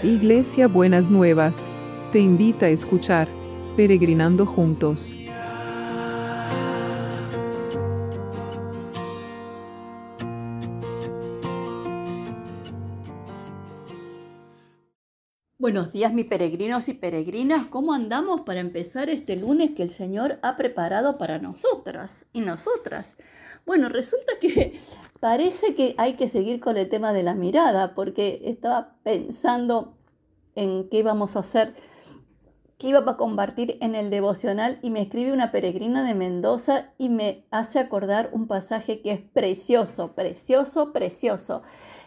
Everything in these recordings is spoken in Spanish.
Iglesia Buenas Nuevas, te invita a escuchar Peregrinando Juntos. Buenos días, mis peregrinos y peregrinas. ¿Cómo andamos para empezar este lunes que el Señor ha preparado para nosotras y nosotras? Bueno, resulta que parece que hay que seguir con el tema de la mirada, porque estaba pensando en qué íbamos a hacer, qué iba a compartir en el devocional, y me escribe una peregrina de Mendoza y me hace acordar un pasaje que es precioso, precioso, precioso.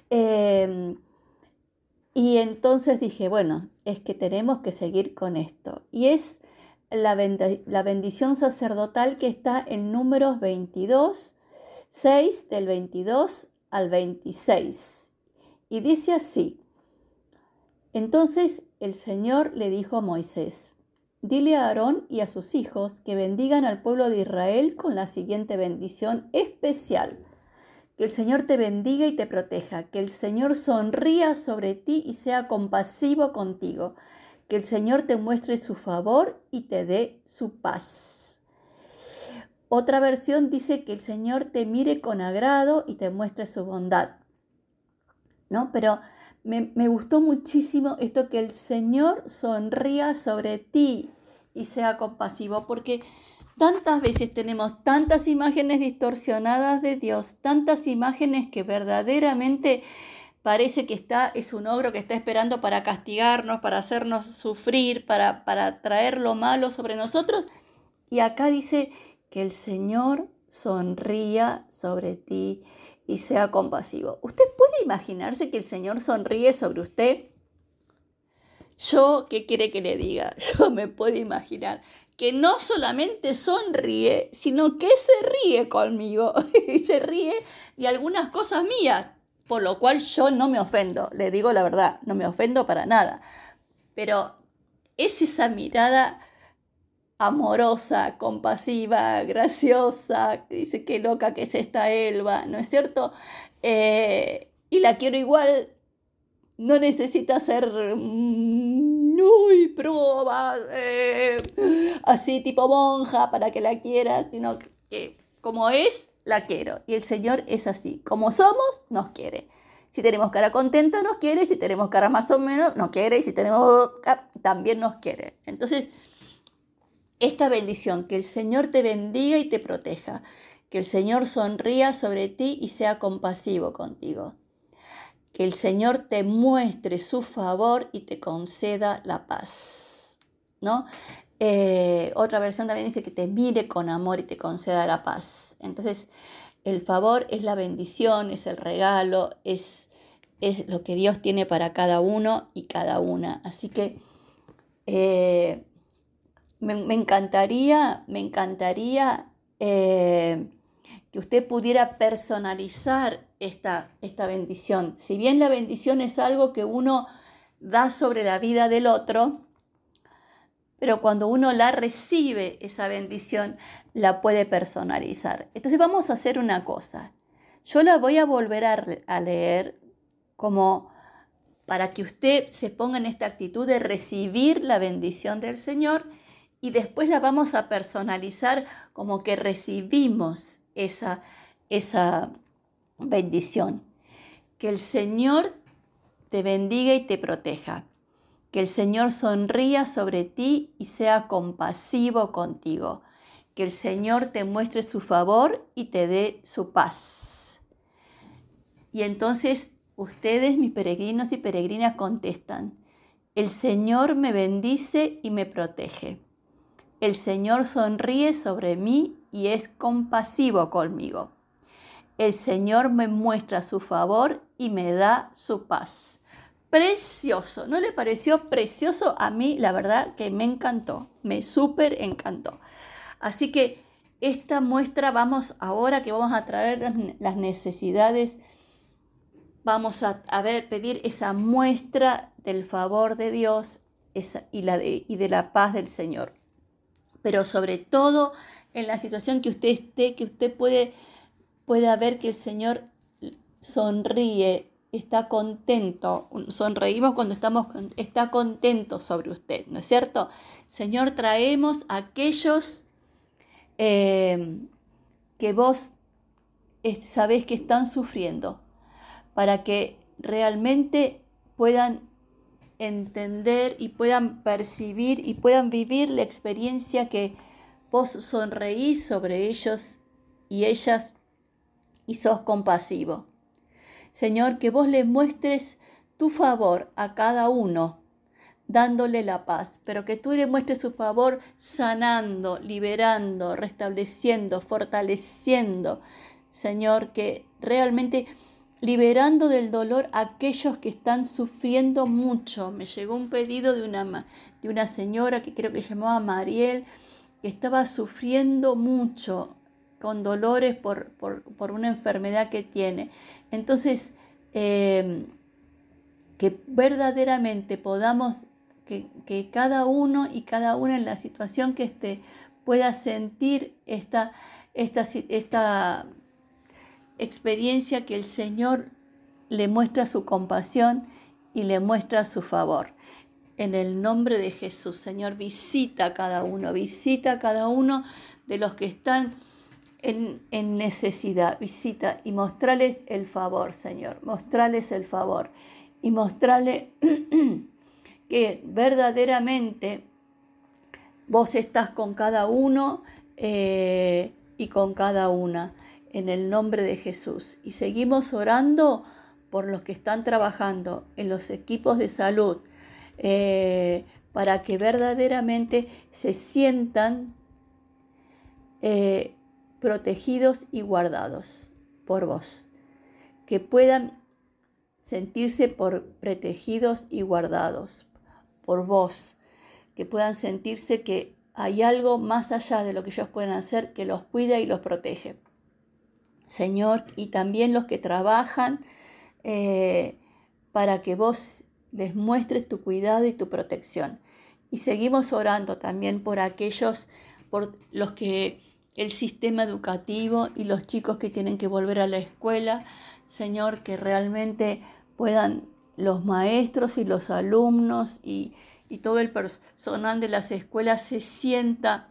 Y entonces dije, bueno, es que tenemos que seguir con esto. Y es la bendición sacerdotal que está en Números 22, 6 del 22 al 26. Y dice así: Entonces el Señor le dijo a Moisés: Dile a Aarón y a sus hijos que bendigan al pueblo de Israel con la siguiente bendición especial. Que el Señor te bendiga y te proteja, que el Señor sonría sobre ti y sea compasivo contigo, que el Señor te muestre su favor y te dé su paz. Otra versión dice que el Señor te mire con agrado y te muestre su bondad, ¿no? Pero me gustó muchísimo esto, que el Señor sonría sobre ti y sea compasivo, porque tantas veces tenemos tantas imágenes distorsionadas de Dios, tantas imágenes que verdaderamente parece que es un ogro que está esperando para castigarnos, para hacernos sufrir, para traer lo malo sobre nosotros. Y acá dice que el Señor sonría sobre ti y sea compasivo. ¿Usted puede imaginarse que el Señor sonríe sobre usted? Yo, ¿qué quiere que le diga? Yo me puedo imaginar que no solamente sonríe, sino que se ríe conmigo y se ríe de algunas cosas mías, por lo cual yo no me ofendo, le digo la verdad, no me ofendo para nada. Pero es esa mirada amorosa, compasiva, graciosa, que dice qué loca que es esta Elba, ¿no es cierto? Y la quiero igual. No necesita ser prueba, así tipo monja para que la quieras, sino que como es, la quiero. Y el Señor es así. Como somos, nos quiere. Si tenemos cara contenta, nos quiere. Si tenemos cara más o menos, nos quiere. Y si tenemos también nos quiere. Entonces, esta bendición, que el Señor te bendiga y te proteja. Que el Señor sonría sobre ti y sea compasivo contigo. Que el Señor te muestre su favor y te conceda la paz, ¿no? Otra versión también dice que te mire con amor y te conceda la paz. Entonces, el favor es la bendición, es el regalo, es lo que Dios tiene para cada uno y cada una. Así que me encantaría que usted pudiera personalizar esta bendición. Si bien la bendición es algo que uno da sobre la vida del otro, pero cuando uno la recibe, esa bendición la puede personalizar. Entonces vamos a hacer una cosa. Yo la voy a volver a leer como para que usted se ponga en esta actitud de recibir la bendición del Señor, y después la vamos a personalizar como que recibimos esa bendición. Que el Señor te bendiga y te proteja. Que el Señor sonría sobre ti y sea compasivo contigo. Que el Señor te muestre su favor y te dé su paz. Y entonces ustedes, mis peregrinos y peregrinas, contestan: el Señor me bendice y me protege. El Señor sonríe sobre mí y es compasivo conmigo. El Señor me muestra su favor y me da su paz. Precioso, ¿no le pareció precioso? A mí la verdad que me encantó, me súper encantó. Así que esta muestra, vamos ahora que vamos a traer las necesidades, vamos a pedir esa muestra del favor de Dios y de la paz del Señor. Pero sobre todo en la situación que usted esté, que usted pueda ver que el Señor sonríe está contento. Sonreímos cuando está contento sobre usted, ¿no es cierto? Señor, traemos a aquellos que vos sabés que están sufriendo, para que realmente puedan entender y puedan percibir y puedan vivir la experiencia que vos sonreís sobre ellos y ellas y sos compasivo. Señor, que vos les muestres tu favor a cada uno, dándole la paz, pero que tú le muestres su favor sanando, liberando, restableciendo, fortaleciendo. Señor, que realmente liberando del dolor a aquellos que están sufriendo mucho. Me llegó un pedido de una señora que creo que se llamaba Mariel, que estaba sufriendo mucho con dolores por una enfermedad que tiene. Entonces, que verdaderamente podamos, que cada uno y cada una en la situación que esté pueda sentir esta experiencia que el Señor le muestra su compasión y le muestra su favor. En el nombre de Jesús, Señor, visita a cada uno de los que están en necesidad. Visita y mostrales el favor, Señor. Mostrales el favor y mostrarle que verdaderamente vos estás con cada uno y con cada una, en el nombre de Jesús. Y seguimos orando por los que están trabajando en los equipos de salud, para que verdaderamente se sientan protegidos y guardados por vos, que puedan sentirse protegidos y guardados por vos, que puedan sentirse que hay algo más allá de lo que ellos pueden hacer que los cuida y los protege. Señor, y también los que trabajan para que vos les muestres tu cuidado y tu protección. Y seguimos orando también por los que el sistema educativo y los chicos que tienen que volver a la escuela, Señor, que realmente puedan los maestros y los alumnos y todo el personal de las escuelas se sienta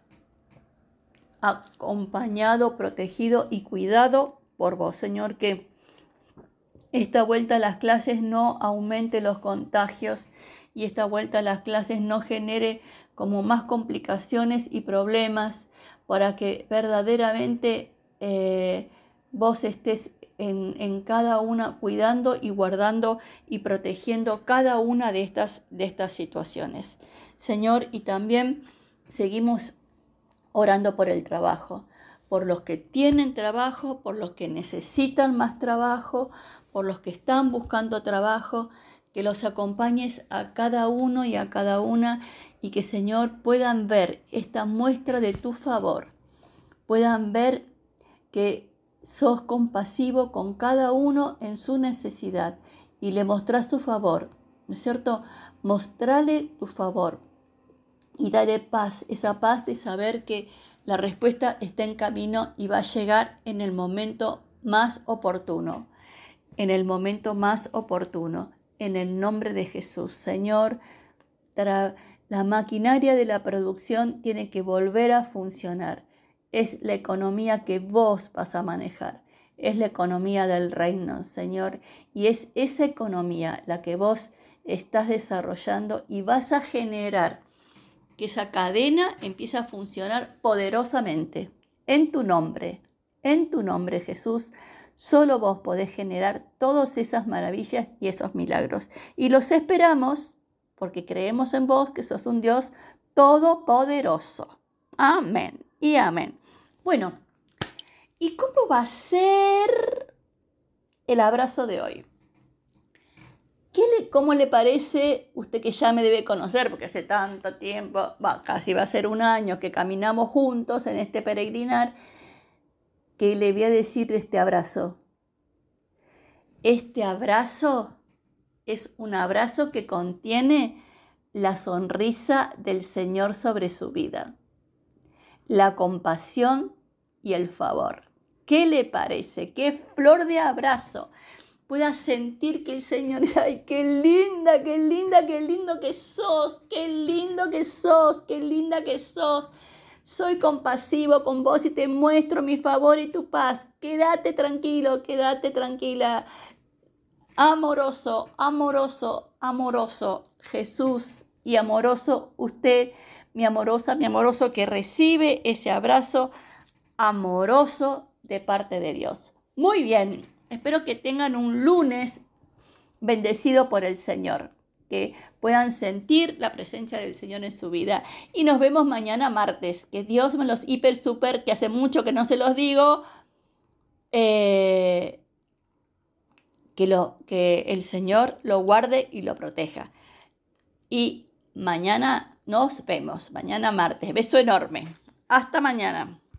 acompañado, protegido y cuidado por vos, Señor, que esta vuelta a las clases no aumente los contagios y esta vuelta a las clases no genere como más complicaciones y problemas, para que verdaderamente vos estés en cada una cuidando y guardando y protegiendo cada una de estas situaciones, Señor. Y también seguimos orando por el trabajo, por los que tienen trabajo, por los que necesitan más trabajo, por los que están buscando trabajo, que los acompañes a cada uno y a cada una, y que, Señor, puedan ver esta muestra de tu favor, puedan ver que sos compasivo con cada uno en su necesidad y le mostrás tu favor, ¿no es cierto? Mostrale tu favor y dale paz, esa paz de saber que la respuesta está en camino y va a llegar en el momento más oportuno, en el momento más oportuno, en el nombre de Jesús. Señor, la maquinaria de la producción tiene que volver a funcionar. Es la economía que vos vas a manejar. Es la economía del reino, Señor. Y es esa economía la que vos estás desarrollando y vas a generar que esa cadena empiece a funcionar poderosamente. En tu nombre, Jesús, solo vos podés generar todas esas maravillas y esos milagros. Y los esperamos porque creemos en vos, que sos un Dios todopoderoso. Amén y amén. Bueno, ¿y cómo va a ser el abrazo de hoy? ¿Cómo le parece, usted que ya me debe conocer, porque hace tanto tiempo, casi va a ser un año que caminamos juntos en este peregrinar, que le voy a decir de este abrazo? Este abrazo es un abrazo que contiene la sonrisa del Señor sobre su vida, la compasión y el favor. ¿Qué le parece? ¡Qué flor de abrazo! puedas sentir que el Señor dice, ay, qué linda, qué linda, qué lindo que sos, qué lindo que sos, qué linda que sos. Soy compasivo con vos y te muestro mi favor y tu paz. Quédate tranquilo, quédate tranquila. Amoroso, amoroso, amoroso Jesús y amoroso usted, mi amoroso que recibe ese abrazo amoroso de parte de Dios. Muy bien, espero que tengan un lunes bendecido por el Señor, que puedan sentir la presencia del Señor en su vida. Y nos vemos mañana martes. Que Dios me los super, que hace mucho que no se los digo, que el Señor lo guarde y lo proteja. Y mañana nos vemos, mañana martes. Beso enorme. Hasta mañana.